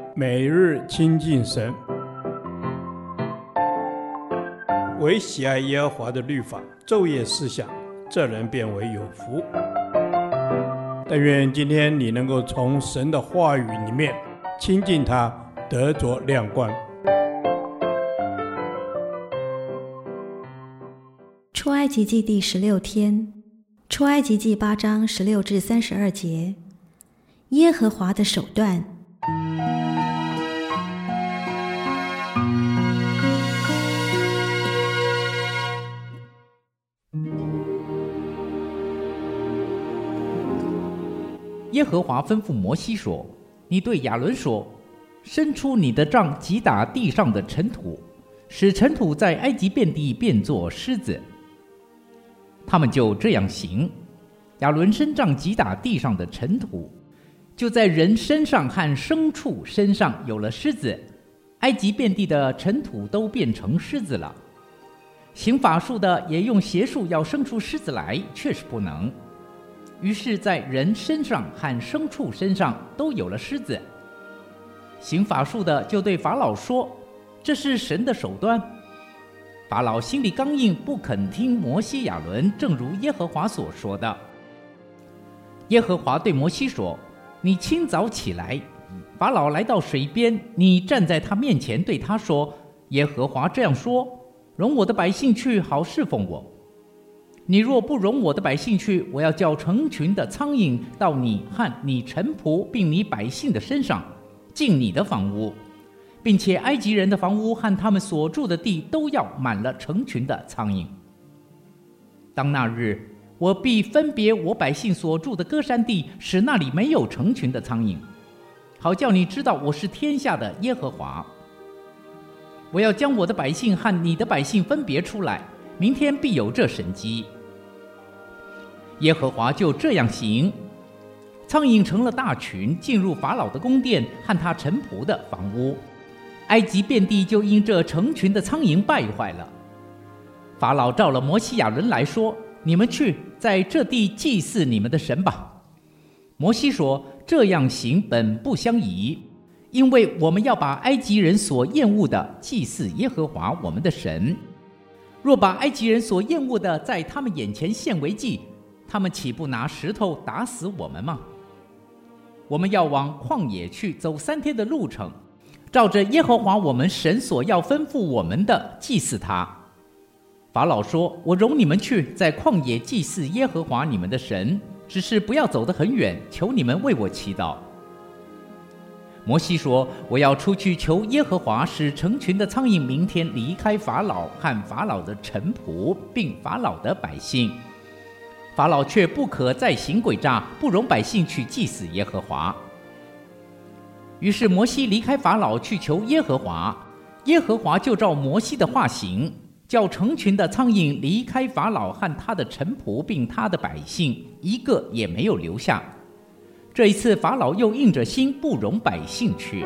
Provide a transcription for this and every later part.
每日亲近神，唯喜爱耶和华的律法，昼夜思想，这人变为有福。但愿今天你能够从神的话语里面亲近他，得着亮光。 出埃及记第16天，出埃及记8章16至32节，耶和华的手段。 耶和华吩咐摩西说：你对亚伦说，伸出你的杖击打地上的尘土，使尘土在埃及遍地变作狮子。他们就这样行。亚伦伸杖击打地上的尘土，就在人身上和牲畜身上有了狮子，埃及遍地的尘土都变成狮子了。行法术的也用邪术要生出狮子来，却是不能。于是在人身上和牲畜身上都有了狮子。行法术的就对法老说，这是神的手段。法老心里刚硬，不肯听摩西亚伦，正如耶和华所说的。耶和华对摩西说，你清早起来，法老来到水边，你站在他面前，对他说，耶和华这样说，容我的百姓去，好侍奉我。你若不容我的百姓去，我要叫成群的苍蝇到你和你臣仆并你百姓的身上，进你的房屋，并且埃及人的房屋和他们所住的地都要满了成群的苍蝇。当那日，我必分别我百姓所住的歌珊地，使那里没有成群的苍蝇，好叫你知道我是天下的耶和华。我要将我的百姓和你的百姓分别出来，明天必有这神迹。耶和华就这样行，苍蝇成了大群，进入法老的宫殿和他臣仆的房屋，埃及遍地就因这成群的苍蝇败坏了。法老召了摩西亚伦来说，你们去在这地祭祀你们的神吧。摩西说，这样行本不相宜，因为我们要把埃及人所厌恶的祭祀耶和华我们的神。若把埃及人所厌恶的在他们眼前献为祭，他们岂不拿石头打死我们吗？我们要往旷野去，走3天的路程，照着耶和华我们神所要吩咐我们的祭祀他。法老说，我容你们去，在旷野祭祀耶和华你们的神，只是不要走得很远，求你们为我祈祷。摩西说，我要出去求耶和华，使成群的苍蝇明天离开法老和法老的臣仆并法老的百姓。法老却不可再行诡诈，不容百姓去祭祀耶和华。于是摩西离开法老去求耶和华，耶和华就照摩西的话行，叫成群的苍蝇离开法老和他的臣仆并他的百姓，一个也没有留下。这一次法老又硬着心不容百姓去。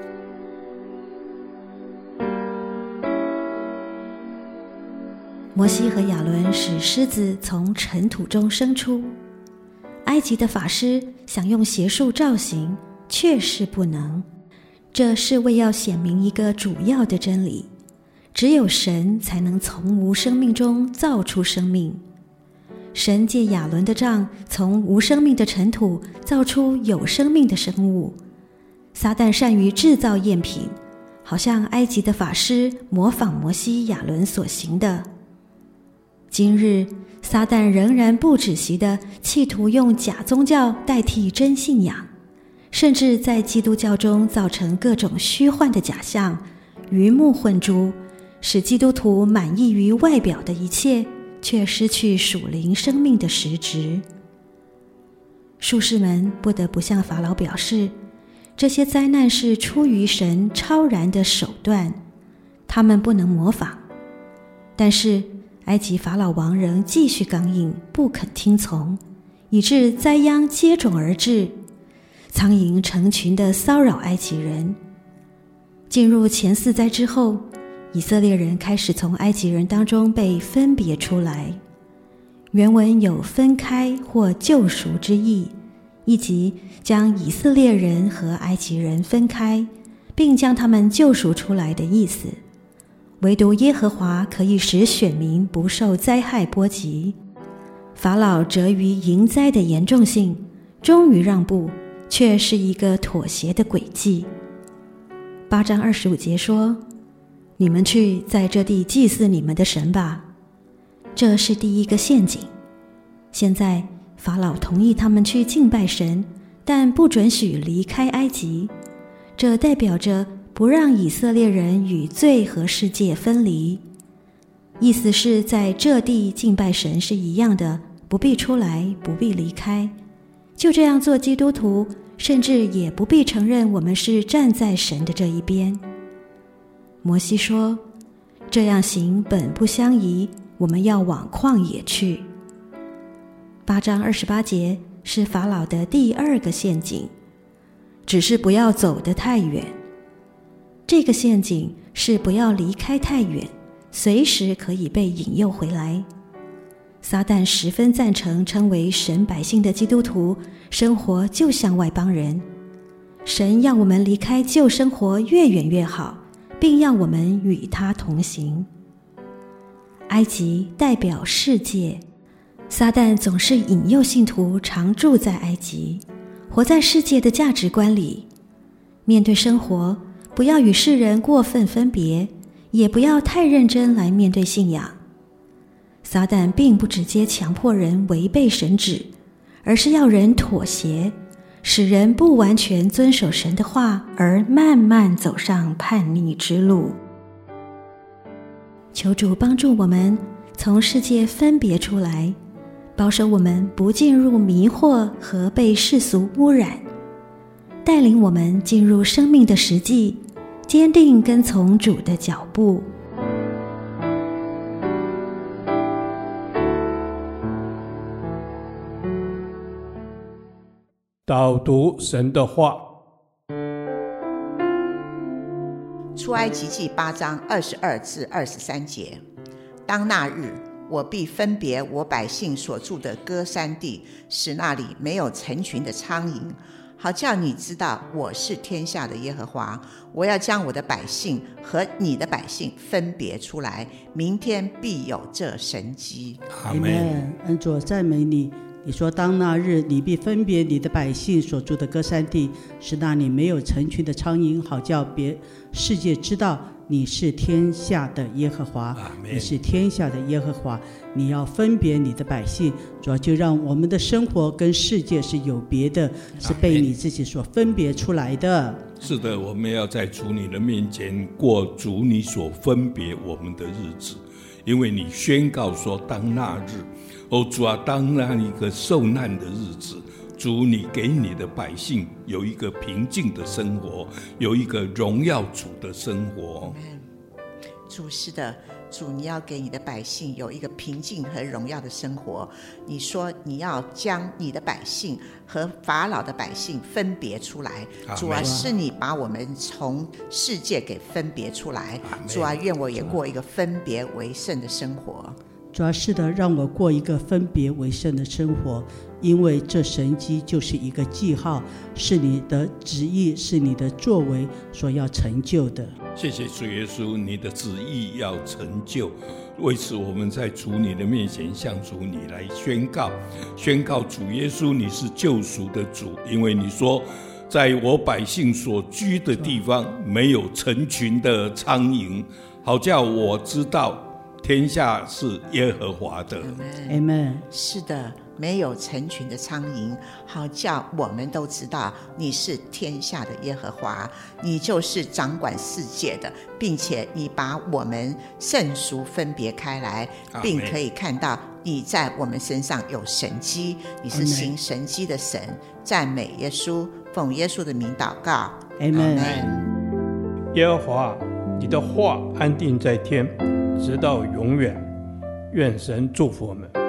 摩西和亚伦使狮子从尘土中生出。埃及的法师想用邪术造型，却是不能。这是为要显明一个主要的真理，只有神才能从无生命中造出生命。神借亚伦的杖从无生命的尘土造出有生命的生物。撒旦善于制造赝品，好像埃及的法师模仿摩西亚伦所行的。今日撒旦仍然不止息地企图用假宗教代替真信仰，甚至在基督教中造成各种虚幻的假象，鱼目混珠，使基督徒满意于外表的一切，却失去属灵生命的实质。术士们不得不向法老表示，这些灾难是出于神超然的手段，他们不能模仿。但是埃及法老王仍继续刚硬，不肯听从，以致灾殃接踵而至，苍蝇成群地骚扰埃及人。进入前4灾之后，以色列人开始从埃及人当中被分别出来。原文有分开或救赎之意，以及将以色列人和埃及人分开， 并将他们救赎出来的意思。唯独耶和华可以使选民不受灾害波及。法老折于迎灾的严重性，终于让步，却是一个妥协的诡计。8章25节说：你们去在这地祭祀你们的神吧。这是第一个陷阱。现在法老同意他们去敬拜神，但不准许离开埃及。这代表着不让以色列人与罪和世界分离，意思是在这地敬拜神是一样的，不必出来，不必离开，就这样做基督徒，甚至也不必承认我们是站在神的这一边。摩西说，这样行本不相宜，我们要往旷野去。8章28节是法老的第二个陷阱，只是不要走得太远。这个陷阱是不要离开太远，随时可以被引诱回来。撒旦十分赞成称为神百姓的基督徒生活就像外邦人。神要我们离开旧生活越远越好，并要我们与他同行。埃及代表世界，撒旦总是引诱信徒常住在埃及，活在世界的价值观里。面对生活，不要与世人过分分别，也不要太认真来面对信仰。撒旦并不直接强迫人违背神旨，而是要人妥协，使人不完全遵守神的话，而慢慢走上叛逆之路。求主帮助我们从世界分别出来，保守我们不进入迷惑和被世俗污染，带领我们进入生命的实际，坚定跟从主的脚步。 导读神的话。 出埃及记8章22至23节，当那日，我必分别我百姓所住的歌珊地，使那里没有成群的苍蝇，好叫你知道我是天下的耶和华。我要将我的百姓和你的百姓分别出来，明天必有这神迹。 阿们。恩主赞美你。你说当那日，你必分别你的百姓所住的歌珊地，使那里没有成群的苍蝇，好叫别世界知道你是天下的耶和华。你是天下的耶和华，你要分别你的百姓。主要就让我们的生活跟世界是有别的，是被你自己所分别出来的。 是的，我们要在主你的面前过主你所分别我们的日子，因为你宣告说当那日，主啊，当那一个受难的日子，主你给你的百姓有一个平静的生活，有一个荣耀主的生活。 主是的，主你要给你的百姓有一个平静和荣耀的生活。你说你要将你的百姓和法老的百姓分别出来。主啊，是你把我们从世界给分别出来。主啊，愿我也过一个分别为圣的生活。 主要是的，让我过一个分别为圣的生活，因为这神迹就是一个记号，是你的旨意，是你的作为所要成就的。 谢谢主耶稣，你的旨意要成就。为此我们在主你的面前向主你来宣告主耶稣你是救赎的主，因为你说在我百姓所居的地方没有成群的苍蝇，好叫我知道天下是耶和华的。 Amen。 是的，没有成群的苍蝇，好叫我们都知道你是天下的耶和华，你就是掌管世界的，并且你把我们圣俗分别开来，并可以看到你在我们身上有神迹，你是行神迹的神。赞美耶稣，奉耶稣的名祷告。 Amen。 耶和华，你的话安定在天，直到永远。愿神祝福我们。